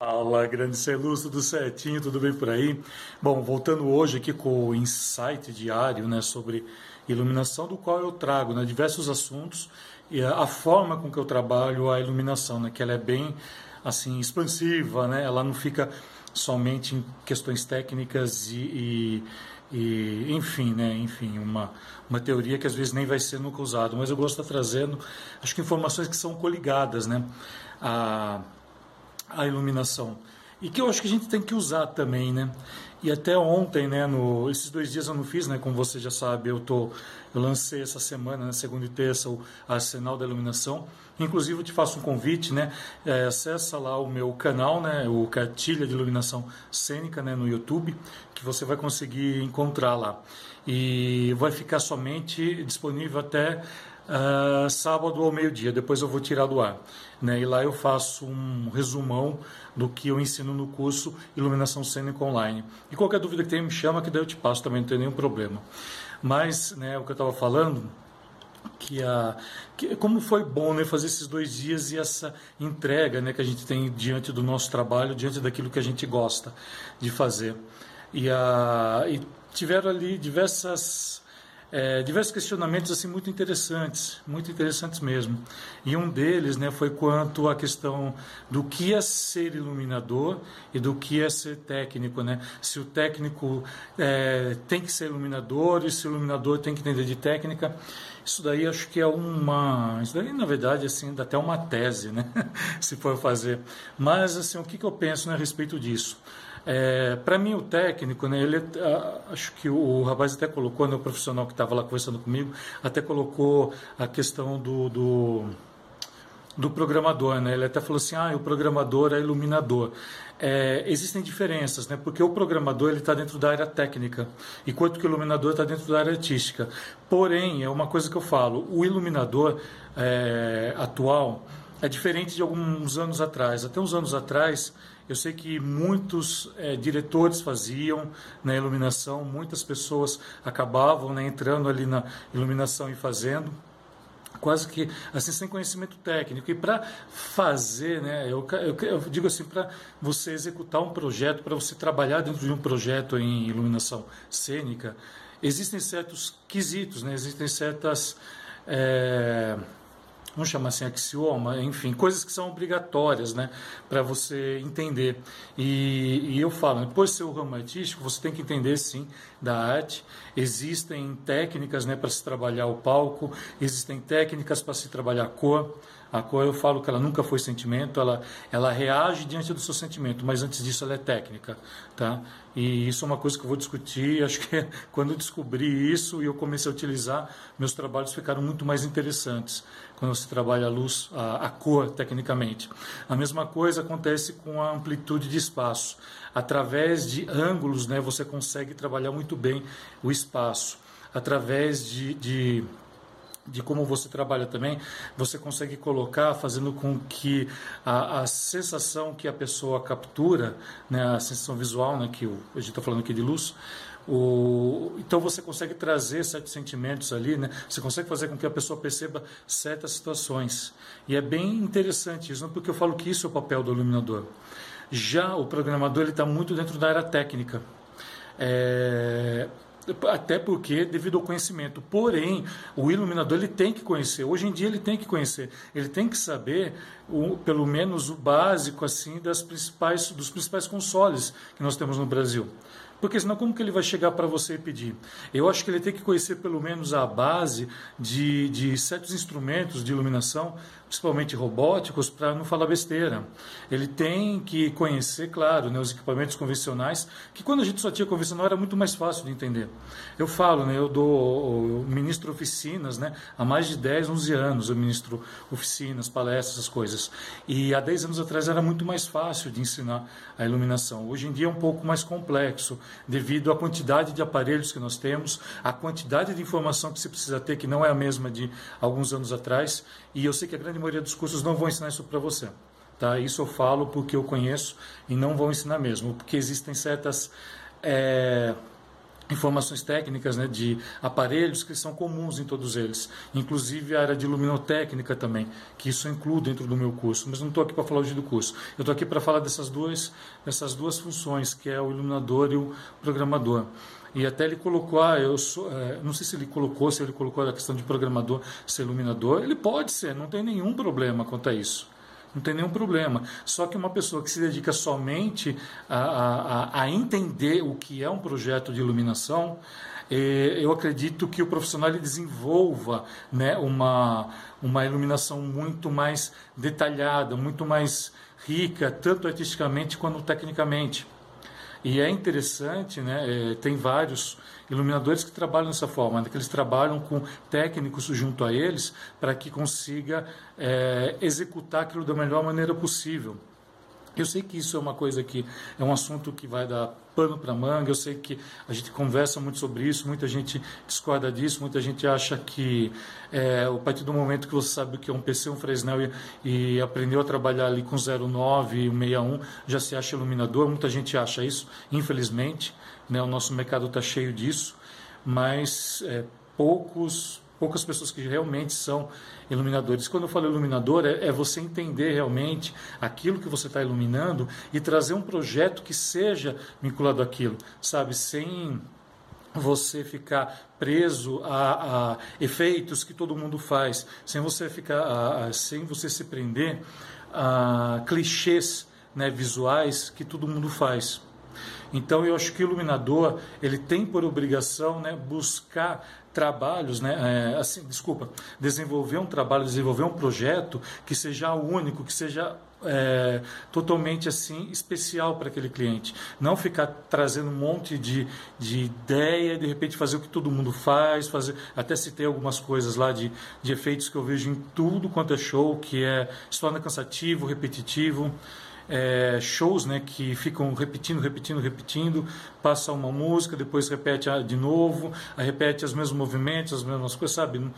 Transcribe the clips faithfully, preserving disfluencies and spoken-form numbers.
Fala, grande Celuz, tudo certinho, tudo bem por aí? Bom, voltando hoje aqui com o insight diário, né, sobre iluminação, do qual eu trago, né, diversos assuntos e a, a forma com que eu trabalho a iluminação, né, que ela é bem, assim, expansiva, né, ela não fica somente em questões técnicas e, e, e, enfim, né, enfim, uma, uma teoria que às vezes nem vai ser nunca usada, mas eu gosto de estar trazendo, acho que informações que são coligadas, né, a a iluminação. E que eu acho que a gente tem que usar também, né? E até ontem, né, no, esses dois dias eu não fiz, né, como você já sabe, eu tô, eu lancei essa semana, na segunda e terça, o Arsenal da Iluminação. Inclusive eu te faço um convite, né, é, acessa lá o meu canal, né, o Cartilha de Iluminação Cênica, né, no YouTube, que você vai conseguir encontrar lá. E vai ficar somente disponível até Uh, sábado ao meio-dia, depois eu vou tirar do ar. Né? E lá eu faço um resumão do que eu ensino no curso Iluminação Cênica Online. E qualquer dúvida que tenha, me chama, que daí eu te passo também, não tem nenhum problema. Mas, né, o que eu estava falando, que, a, que como foi bom, né, fazer esses dois dias e essa entrega, né, que a gente tem diante do nosso trabalho, diante daquilo que a gente gosta de fazer. E, a, e tiveram ali diversas... É, diversos questionamentos assim muito interessantes, muito interessantes mesmo. E um deles, né, foi quanto à questão do que é ser iluminador e do que é ser técnico, né? Se o técnico é, tem que ser iluminador e se o iluminador tem que entender de técnica. Isso daí acho que é uma, isso daí na verdade assim dá até uma tese, né? Se for fazer. Mas assim, o que, que eu penso, né, a respeito disso? É, para mim o técnico, né, ele, acho que o rapaz até colocou, né, o profissional que estava lá conversando comigo, até colocou a questão do, do, do programador, né, ele até falou assim, ah, o programador é iluminador. É, existem diferenças, né, porque o programador ele está dentro da área técnica, enquanto que o iluminador está dentro da área artística. Porém, é uma coisa que eu falo, o iluminador é, atual é diferente de alguns anos atrás. Até uns anos atrás, eu sei que muitos é, diretores faziam na iluminação, muitas pessoas acabavam, né, entrando ali na iluminação e fazendo, quase que assim sem conhecimento técnico. E para fazer, né, eu, eu, eu digo assim, para você executar um projeto, para você trabalhar dentro de um projeto em iluminação cênica, existem certos quesitos, né, existem certas... É, vamos chamar assim, axioma, enfim, coisas que são obrigatórias, né, para você entender. E, e eu falo, depois de ser o ramo artístico, você tem que entender, sim, da arte. Existem técnicas, né, para se trabalhar o palco, existem técnicas para se trabalhar a cor. A cor, eu falo que ela nunca foi sentimento, ela, ela reage diante do seu sentimento, mas antes disso ela é técnica, tá? E isso é uma coisa que eu vou discutir, acho que quando eu descobri isso e eu comecei a utilizar, meus trabalhos ficaram muito mais interessantes, quando você trabalha a luz, a, a cor, tecnicamente. A mesma coisa acontece com a amplitude de espaço. Através de ângulos, né, você consegue trabalhar muito bem o espaço. Através de... de de como você trabalha também, você consegue colocar, fazendo com que a, a sensação que a pessoa captura, né, a sensação visual, né, que o, a gente está falando aqui de luz, o, então você consegue trazer certos sentimentos ali, né, você consegue fazer com que a pessoa perceba certas situações. E é bem interessante isso, porque eu falo que isso é o papel do iluminador. Já o programador está muito dentro da área técnica. É... Até porque, devido ao conhecimento. Porém, o iluminador ele tem que conhecer. Hoje em dia ele tem que conhecer. Ele tem que saber, o, pelo menos, o básico assim das principais, dos principais consoles que nós temos no Brasil. Porque senão como que ele vai chegar para você e pedir? Eu acho que ele tem que conhecer pelo menos a base de, de certos instrumentos de iluminação, principalmente robóticos, para não falar besteira. Ele tem que conhecer, claro, né, os equipamentos convencionais, que quando a gente só tinha convencional era muito mais fácil de entender. Eu falo, né, eu dou, eu ministro oficinas, né, há mais de dez, onze anos eu ministro oficinas, palestras, essas coisas. E há dez anos atrás era muito mais fácil de ensinar a iluminação. Hoje em dia é um pouco mais complexo, devido à quantidade de aparelhos que nós temos, a quantidade de informação que você precisa ter, que não é a mesma de alguns anos atrás, e eu sei que a grande maioria dos cursos não vão ensinar isso para você. Tá? Isso eu falo porque eu conheço e não vão ensinar mesmo, porque existem certas... É... informações técnicas, né, de aparelhos que são comuns em todos eles, inclusive a área de luminotécnica também, que isso eu incluo dentro do meu curso, mas não estou aqui para falar hoje do curso, eu estou aqui para falar dessas duas, dessas duas funções, que é o iluminador e o programador. E até ele colocou, ah, eu sou, é, não sei se ele colocou, se ele colocou a questão de programador ser iluminador, ele pode ser, não tem nenhum problema quanto a isso. Não tem nenhum problema. Só que uma pessoa que se dedica somente a, a, a entender o que é um projeto de iluminação, eh, eu acredito que o profissional ele desenvolva, né, uma, uma iluminação muito mais detalhada, muito mais rica, tanto artisticamente quanto tecnicamente. E é interessante, né, é, tem vários iluminadores que trabalham dessa forma, né, que eles trabalham com técnicos junto a eles para que consiga é, executar aquilo da melhor maneira possível. Eu sei que isso é uma coisa que é um assunto que vai dar pano para manga, eu sei que a gente conversa muito sobre isso, muita gente discorda disso, muita gente acha que é, a partir do momento que você sabe o que é um P C, um Fresnel e, e aprendeu a trabalhar ali com zero nove e sessenta e um, já se acha iluminador, muita gente acha isso, infelizmente, né, o nosso mercado está cheio disso, mas é, poucos... poucas pessoas que realmente são iluminadores. Quando eu falo iluminador, é, é você entender realmente aquilo que você está iluminando e trazer um projeto que seja vinculado àquilo, sabe? Sem você ficar preso a, a efeitos que todo mundo faz, sem você ficar, a, a, sem você se prender a clichês, né, visuais que todo mundo faz. Então eu acho que o iluminador ele tem por obrigação, né, buscar trabalhos, né, é, assim, desculpa, desenvolver um trabalho, desenvolver um projeto que seja único, que seja é, totalmente assim especial para aquele cliente. Não ficar trazendo um monte de, de ideia, de repente fazer o que todo mundo faz, fazer, até citei algumas coisas lá de, de efeitos que eu vejo em tudo quanto é show, que é se torna cansativo, repetitivo. É, shows, né, que ficam repetindo, repetindo, repetindo, passa uma música, depois repete de novo, aí repete os mesmos movimentos, as mesmas coisas, sabe?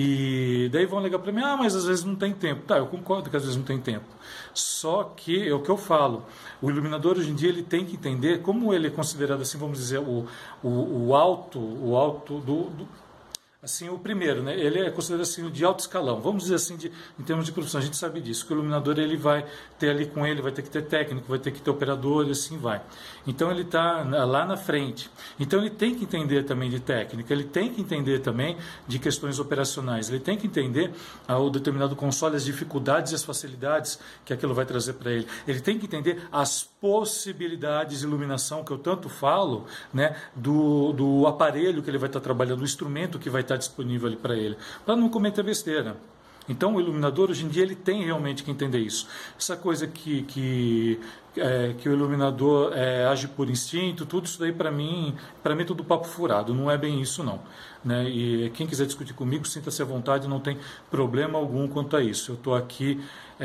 E daí vão ligar para mim, ah, mas às vezes não tem tempo. Tá, eu concordo que às vezes não tem tempo. Só que é o que eu falo, o iluminador hoje em dia ele tem que entender como ele é considerado assim, vamos dizer, o, o, o alto, o alto do, do assim, o primeiro, né, ele é considerado assim de alto escalão, vamos dizer assim, de, em termos de profissão, a gente sabe disso, que o iluminador ele vai ter ali com ele, vai ter que ter técnico, vai ter que ter operador e assim vai. Então ele está lá na frente. Então ele tem que entender também de técnica, ele tem que entender também de questões operacionais, ele tem que entender ah, o determinado console, as dificuldades e as facilidades que aquilo vai trazer para ele. Ele tem que entender as possibilidades de iluminação, que eu tanto falo, né, do, do aparelho que ele vai estar trabalhando, do instrumento que vai estar disponível ali para ele, para não cometer besteira. Então o iluminador hoje em dia ele tem realmente que entender isso. Essa coisa que, que, é, que o iluminador é, age por instinto, tudo isso daí para mim, para mim é tudo papo furado, não é bem isso não. Né? E quem quiser discutir comigo, sinta-se à vontade, não tem problema algum quanto a isso. Eu estou aqui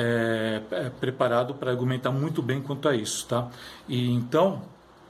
é, é, preparado para argumentar muito bem quanto a isso. Tá? E então...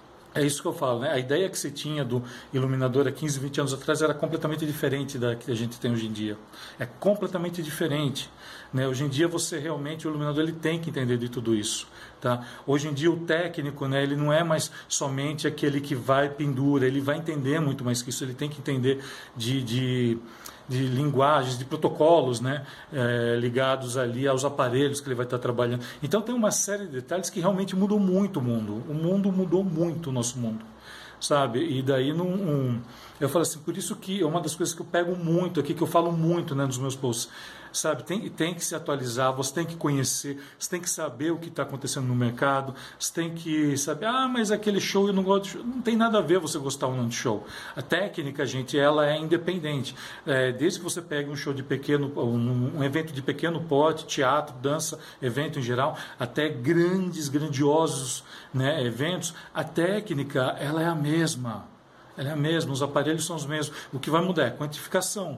é isso que eu falo, né? A ideia que se tinha do iluminador há quinze, vinte anos atrás era completamente diferente da que a gente tem hoje em dia. É completamente diferente, né? Hoje em dia você realmente, o iluminador ele tem que entender de tudo isso, tá? Hoje em dia o técnico, né, ele não é mais somente aquele que vai pendura, ele vai entender muito mais que isso, ele tem que entender de... de de linguagens, de protocolos, né, é, ligados ali aos aparelhos que ele vai estar trabalhando. Então tem uma série de detalhes que realmente mudou muito o mundo. O mundo mudou muito o nosso mundo, sabe? E daí num, um, eu falo assim, por isso que é uma das coisas que eu pego muito aqui, que eu falo muito, né, nos meus posts, sabe? Tem, tem que se atualizar, você tem que conhecer, você tem que saber o que está acontecendo no mercado, você tem que saber, ah, mas aquele show eu não gosto de show. Não tem nada a ver você gostar ou não de show. A técnica, gente, ela é independente. É, desde que você pegue um show de pequeno, um, um evento de pequeno porte, teatro, dança, evento em geral, até grandes, grandiosos, né, eventos, a técnica, ela é a mesma. Ela é a mesma, os aparelhos são os mesmos. O que vai mudar é a quantificação.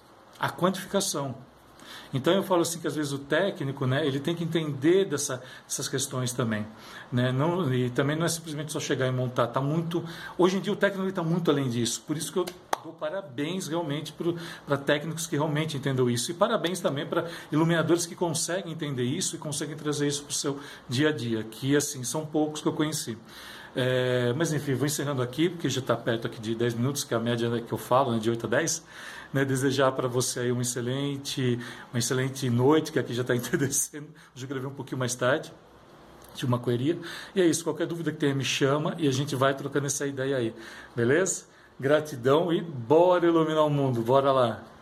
A quantificação. Então eu falo assim que às vezes o técnico, né, ele tem que entender dessa, dessas questões também, né? Não, e também não é simplesmente só chegar e montar, tá muito, hoje em dia o técnico está muito além disso, por isso que eu dou parabéns realmente para técnicos que realmente entendam isso, e parabéns também para iluminadores que conseguem entender isso e conseguem trazer isso para o seu dia a dia, que assim, são poucos que eu conheci. É, mas enfim, vou encerrando aqui, porque já está perto aqui de dez minutos, que é a média, né, que eu falo, né, de oito a dez. Né, desejar para você aí uma excelente, uma excelente noite, que aqui já está entardecendo. Hoje eu gravei um pouquinho mais tarde, de uma correria. E é isso, qualquer dúvida que tenha me chama e a gente vai trocando essa ideia aí. Beleza? Gratidão e bora iluminar o mundo, bora lá!